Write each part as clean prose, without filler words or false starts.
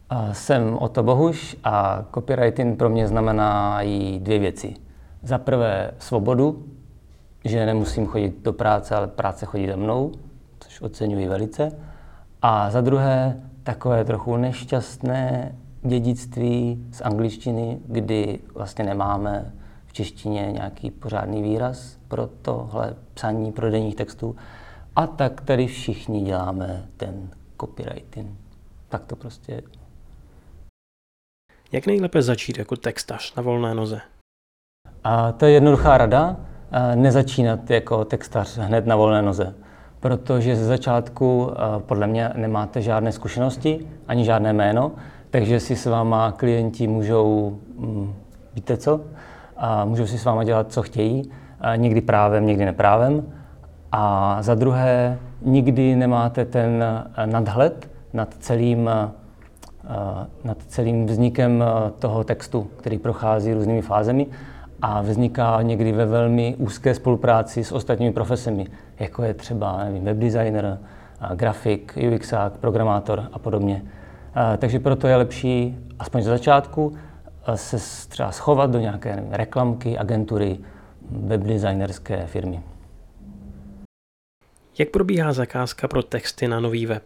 Jsem Otto Bohuš a copywriting pro mě znamená i dvě věci. Za prvé svobodu, že nemusím chodit do práce, ale práce chodí za mnou, což oceňuji velice. A za druhé takové trochu nešťastné dědictví z angličtiny, kdy vlastně nemáme v češtině nějaký pořádný výraz pro tohle psaní prodejních textů. A tak tady všichni děláme ten copywriting. Tak to prostě je. Jak nejlépe začít jako textař na volné noze? A to je jednoduchá rada, nezačínat jako textař hned na volné noze, protože ze začátku podle mě nemáte žádné zkušenosti, ani žádné jméno, takže si s váma klienti můžou, víte co, můžou si s váma dělat, co chtějí, někdy právem, někdy neprávem. A za druhé, nikdy nemáte ten nadhled nad celým vznikem toho textu, který prochází různými fázemi a vzniká někdy ve velmi úzké spolupráci s ostatními profesemi, jako je třeba webdesigner, grafik, UXák, programátor a podobně. Takže proto je lepší, aspoň ze začátku, se třeba schovat do nějaké reklamky, agentury, webdesignerské firmy. Jak probíhá zakázka pro texty na nový web?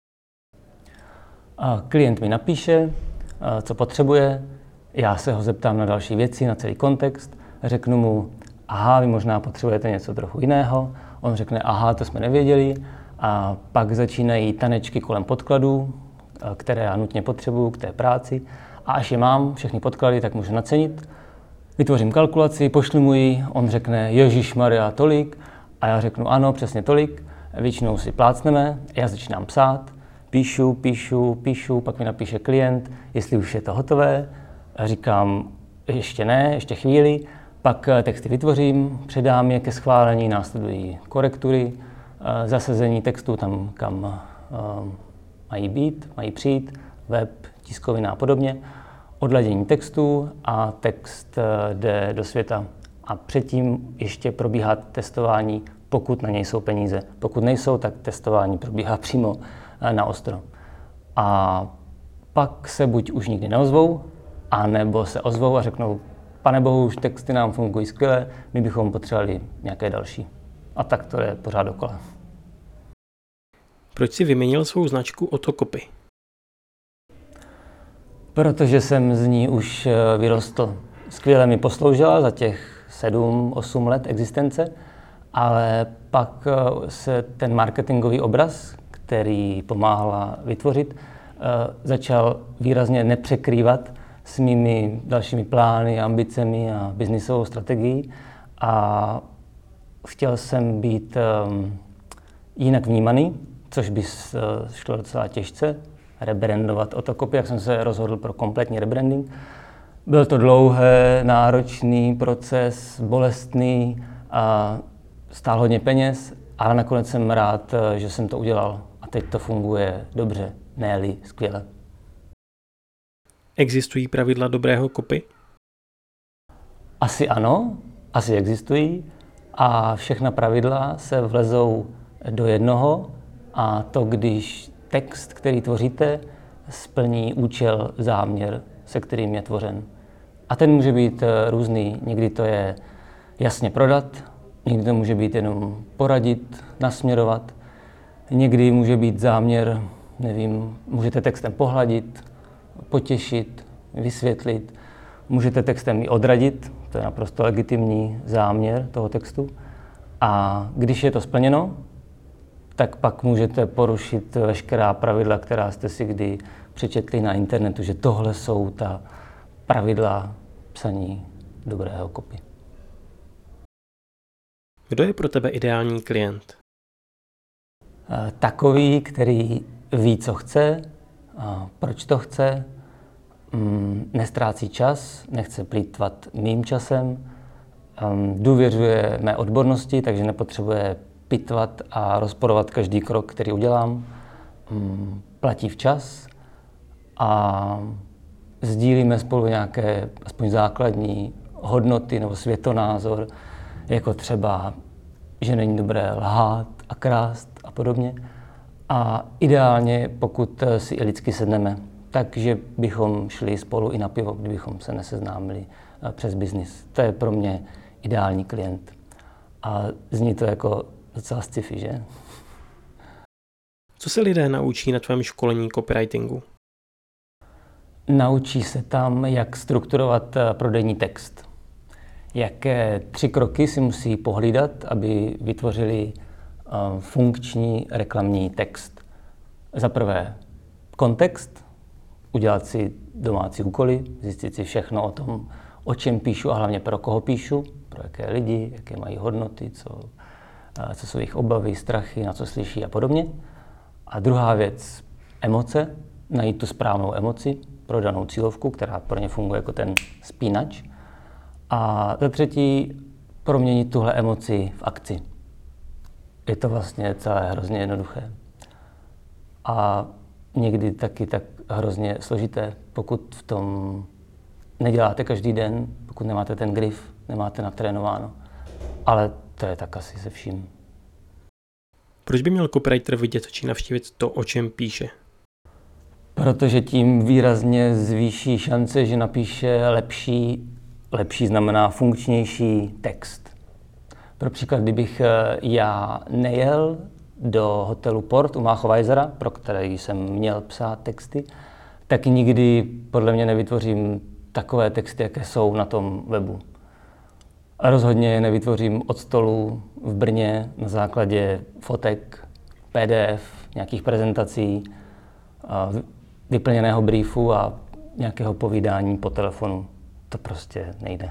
Klient mi napíše, co potřebuje, já se ho zeptám na další věci, na celý kontext, řeknu mu, aha, vy možná potřebujete něco trochu jiného, on řekne, aha, to jsme nevěděli, a pak začínají tanečky kolem podkladů, které já nutně potřebuju k té práci, a až je mám všechny podklady, tak můžu nacenit, vytvořím kalkulaci, pošlu mu ji, on řekne, ježišmarja, tolik, a já řeknu, ano, přesně tolik, většinou si plácneme, já začínám psát, píšu, pak mi napíše klient, jestli už je to hotové, a říkám, ještě ne, ještě chvíli, pak texty vytvořím, předám je ke schválení, následují korektury, zasazení textu tam, kam mají být, mají přijít, web, tiskovina a podobně, odladění textu a text jde do světa. A předtím ještě probíhá testování, pokud na něj jsou peníze. Pokud nejsou, tak testování probíhá přímo na ostro. A pak se buď už nikdy neozvou, anebo se ozvou a řeknou, pane bohu, už texty nám fungují skvěle, my bychom potřebovali nějaké další. A tak to je pořád dokola. Proč jsi vyměnil svou značku Otto Copy? Protože jsem z ní už vyrostl. Skvěle mi posloužila za těch 7-8 let existence, ale pak se ten marketingový obraz, který pomáhala vytvořit, začal výrazně nepřekrývat s mými dalšími plány, ambicemi a biznisovou strategií a chtěl jsem být jinak vnímaný, což by šlo docela těžce, rebrandovat Otto Copy, jak jsem se rozhodl pro kompletní rebranding. Byl to dlouhý, náročný proces, bolestný a stál hodně peněz, ale nakonec jsem rád, že jsem to udělal a teď to funguje dobře, ne-li skvěle. Existují pravidla dobrého copy? Asi ano, asi existují a všechna pravidla se vlezou do jednoho a to, když text, který tvoříte, splní účel, záměr, se kterým je tvořen. A ten může být různý, někdy to je jasně prodat, někdy to může být jenom poradit, nasměrovat, někdy může být záměr, nevím, můžete textem pohladit, potěšit, vysvětlit, můžete textem i odradit, to je naprosto legitimní záměr toho textu. A když je to splněno, tak pak můžete porušit veškerá pravidla, která jste si kdy přečetli na internetu, že tohle jsou ta pravidla psaní dobrého copy. Kdo je pro tebe ideální klient? Takový, který ví, co chce, proč to chce, nestrácí čas, nechce plýtvat mým časem, důvěřuje mé odbornosti, takže nepotřebuje pitvat a rozporovat každý krok, který udělám, platí včas a sdílíme spolu nějaké aspoň základní hodnoty nebo světonázor, jako třeba, že není dobré lhát a krást a podobně. A ideálně, pokud si i lidsky sedneme, takže bychom šli spolu i na pivo, kdybychom se neseznámili přes biznis. To je pro mě ideální klient. A zní to jako docela sci-fi, že? Co se lidé naučí na tvém školení copywritingu? Naučí se tam, jak strukturovat prodejní text. Jaké 3 kroky si musí pohlídat, aby vytvořili funkční reklamní text. Za prvé kontext, udělat si domácí úkoly, zjistit si všechno o tom, o čem píšu a hlavně pro koho píšu, pro jaké lidi, jaké mají hodnoty, co jsou jejich obavy, strachy, na co slyší a podobně. A druhá věc, emoce, najít tu správnou emoci pro danou cílovku, která pro ně funguje jako ten spínač. A za třetí, proměnit tuhle emoci v akci. Je to vlastně celé hrozně jednoduché. A někdy taky tak hrozně složité, pokud v tom neděláte každý den, pokud nemáte ten grif, nemáte natrénováno. Ale to je tak asi se vším. Proč by měl copywriter vidět či navštívit to, o čem píše? Protože tím výrazně zvýší šance, že napíše lepší znamená funkčnější text. Pro příklad, kdybych já nejel do hotelu Port u Máchoweisera, pro který jsem měl psát texty, tak nikdy podle mě nevytvořím takové texty, jaké jsou na tom webu. A rozhodně je nevytvořím od stolu v Brně na základě fotek, PDF, nějakých prezentací, vyplněného briefu a nějakého povídání po telefonu. To prostě nejde.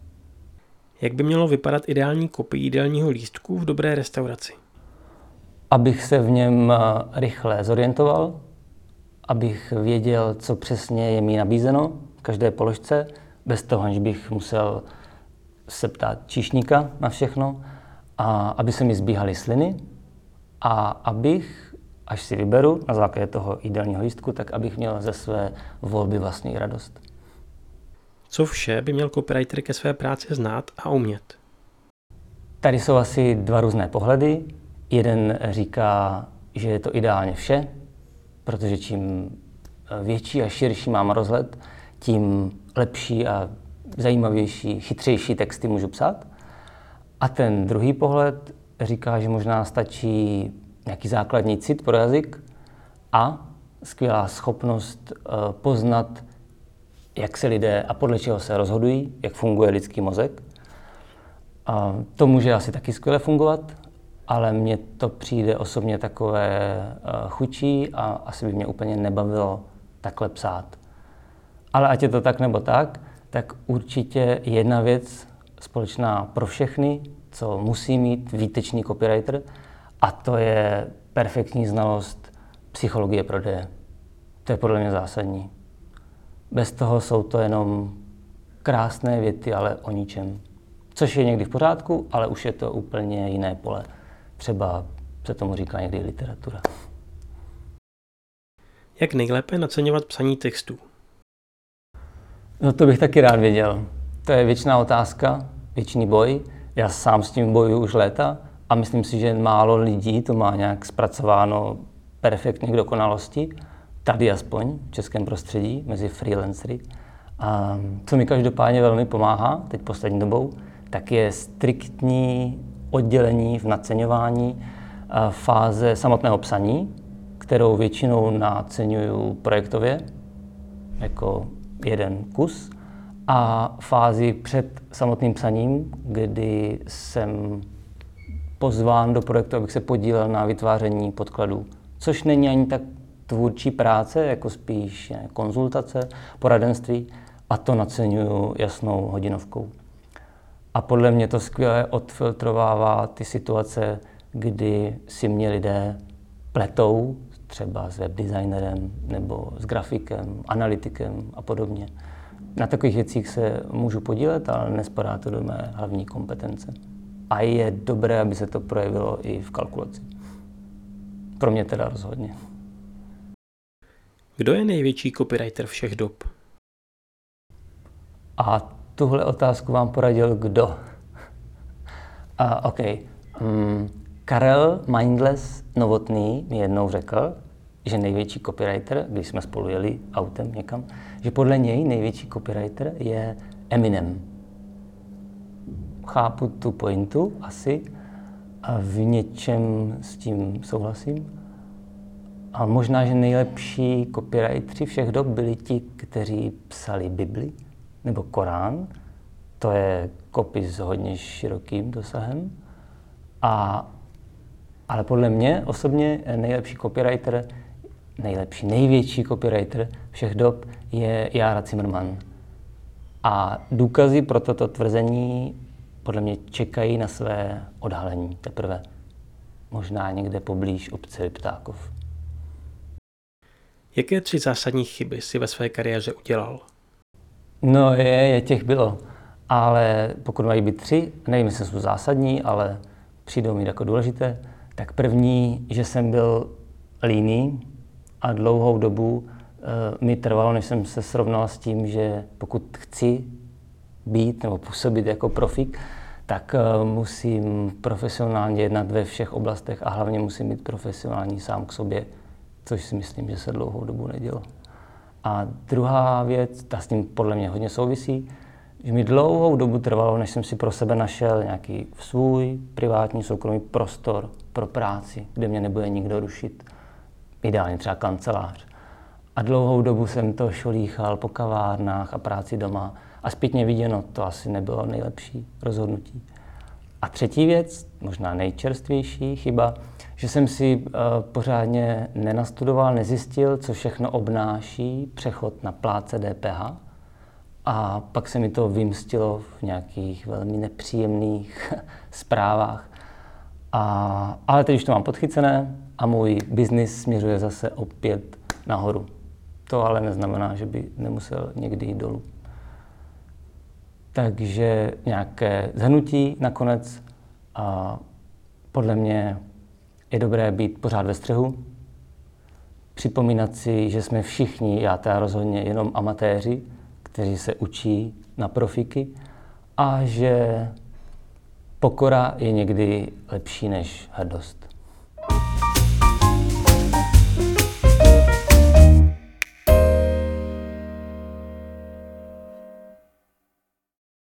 Jak by mělo vypadat ideální copy jídelního lístku v dobré restauraci? Abych se v něm rychle zorientoval, abych věděl, co přesně je mi nabízeno v každé položce, bez toho, aniž bych musel se ptát číšníka na všechno, a aby se mi zbíhaly sliny a abych, až si vyberu na základě toho jídelního lístku, tak abych měl ze své volby vlastní radost. Co vše by měl copywriter ke své práci znát a umět? Tady jsou asi 2 různé pohledy. Jeden říká, že je to ideálně vše, protože čím větší a širší mám rozhled, tím lepší a zajímavější, chytřejší texty můžu psát. A ten druhý pohled říká, že možná stačí nějaký základní cit pro jazyk a skvělá schopnost poznat, jak se lidé a podle čeho se rozhodují, jak funguje lidský mozek. A to může asi taky skvěle fungovat, ale mně to přijde osobně takové chučí a asi by mě úplně nebavilo takhle psát. Ale ať je to tak nebo tak určitě jedna věc společná pro všechny, co musí mít výtečný copywriter, a to je perfektní znalost psychologie prodeje. To je podle mě zásadní. Bez toho jsou to jenom krásné věty, ale o ničem. Což je někdy v pořádku, ale už je to úplně jiné pole. Třeba se tomu říká někdy literatura. Jak nejlépe naceňovat psaní textů? No to bych taky rád věděl. To je věčná otázka, věčný boj. Já sám s tím bojuju už léta a myslím si, že málo lidí to má nějak zpracováno perfektně k dokonalosti. Tady aspoň v českém prostředí, mezi freelancery. A co mi každopádně velmi pomáhá teď poslední dobou, tak je striktní oddělení v naceňování fáze samotného psaní, kterou většinou naceňuju projektově, jako jeden kus, a fázi před samotným psaním, kdy jsem pozván do projektu, abych se podílel na vytváření podkladů, což není ani tak tvůrčí práce, jako spíš konzultace, poradenství, a to naceňuju jasnou hodinovkou. A podle mě to skvěle odfiltrovává ty situace, kdy si mě lidé pletou, třeba s webdesignerem nebo s grafikem, analytikem a podobně. Na takových věcích se můžu podílet, ale nespadá to do mé hlavní kompetence. A je dobré, aby se to projevilo i v kalkulaci. Pro mě teda rozhodně. Kdo je největší copywriter všech dob? A tuhle otázku vám poradil kdo? OK. Karel Mindless Novotný mi jednou řekl, že největší copywriter, když jsme spolu jeli autem někam, že podle něj největší copywriter je Eminem. Chápu tu pointu asi a v něčem s tím souhlasím. A možná, že nejlepší copywriteri všech dob byli ti, kteří psali Bibli nebo Korán. To je copy s hodně širokým dosahem. Ale podle mě osobně největší copywriter všech dob je Jára Cimrman. A důkazy pro toto tvrzení podle mě čekají na své odhalení teprve. Možná někde poblíž obce Liptákov. Jaké 3 zásadní chyby si ve své kariéře udělal? No těch bylo. Ale pokud mají být 3, nevím, jestli jsou zásadní, ale přijdou mi jako důležité, tak první, že jsem byl líný a dlouhou dobu mi trvalo, než jsem se srovnal s tím, že pokud chci být nebo působit jako profík, tak musím profesionálně jednat ve všech oblastech a hlavně musím být profesionální sám k sobě, což si myslím, že se dlouhou dobu nedělo. A druhá věc, ta s tím podle mě hodně souvisí, že mi dlouhou dobu trvalo, než jsem si pro sebe našel nějaký svůj privátní soukromý prostor pro práci, kde mě nebude nikdo rušit. Ideálně třeba kancelář. A dlouhou dobu jsem to šolíchal po kavárnách a práci doma. A zpětně viděno, to asi nebylo nejlepší rozhodnutí. A třetí věc, možná nejčerstvější chyba, že jsem si pořádně nenastudoval, nezjistil, co všechno obnáší přechod na plátce DPH. A pak se mi to vymstilo v nějakých velmi nepříjemných zprávách. Ale teď už to mám podchycené a můj biznis směřuje zase opět nahoru. To ale neznamená, že by nemusel někdy jít dolů. Takže nějaké shrnutí nakonec. Podle mě je dobré být pořád ve střehu. Připomínat si, že jsme všichni, já teda rozhodně, jenom amatéři, kteří se učí na profíky a že pokora je někdy lepší než hrdost.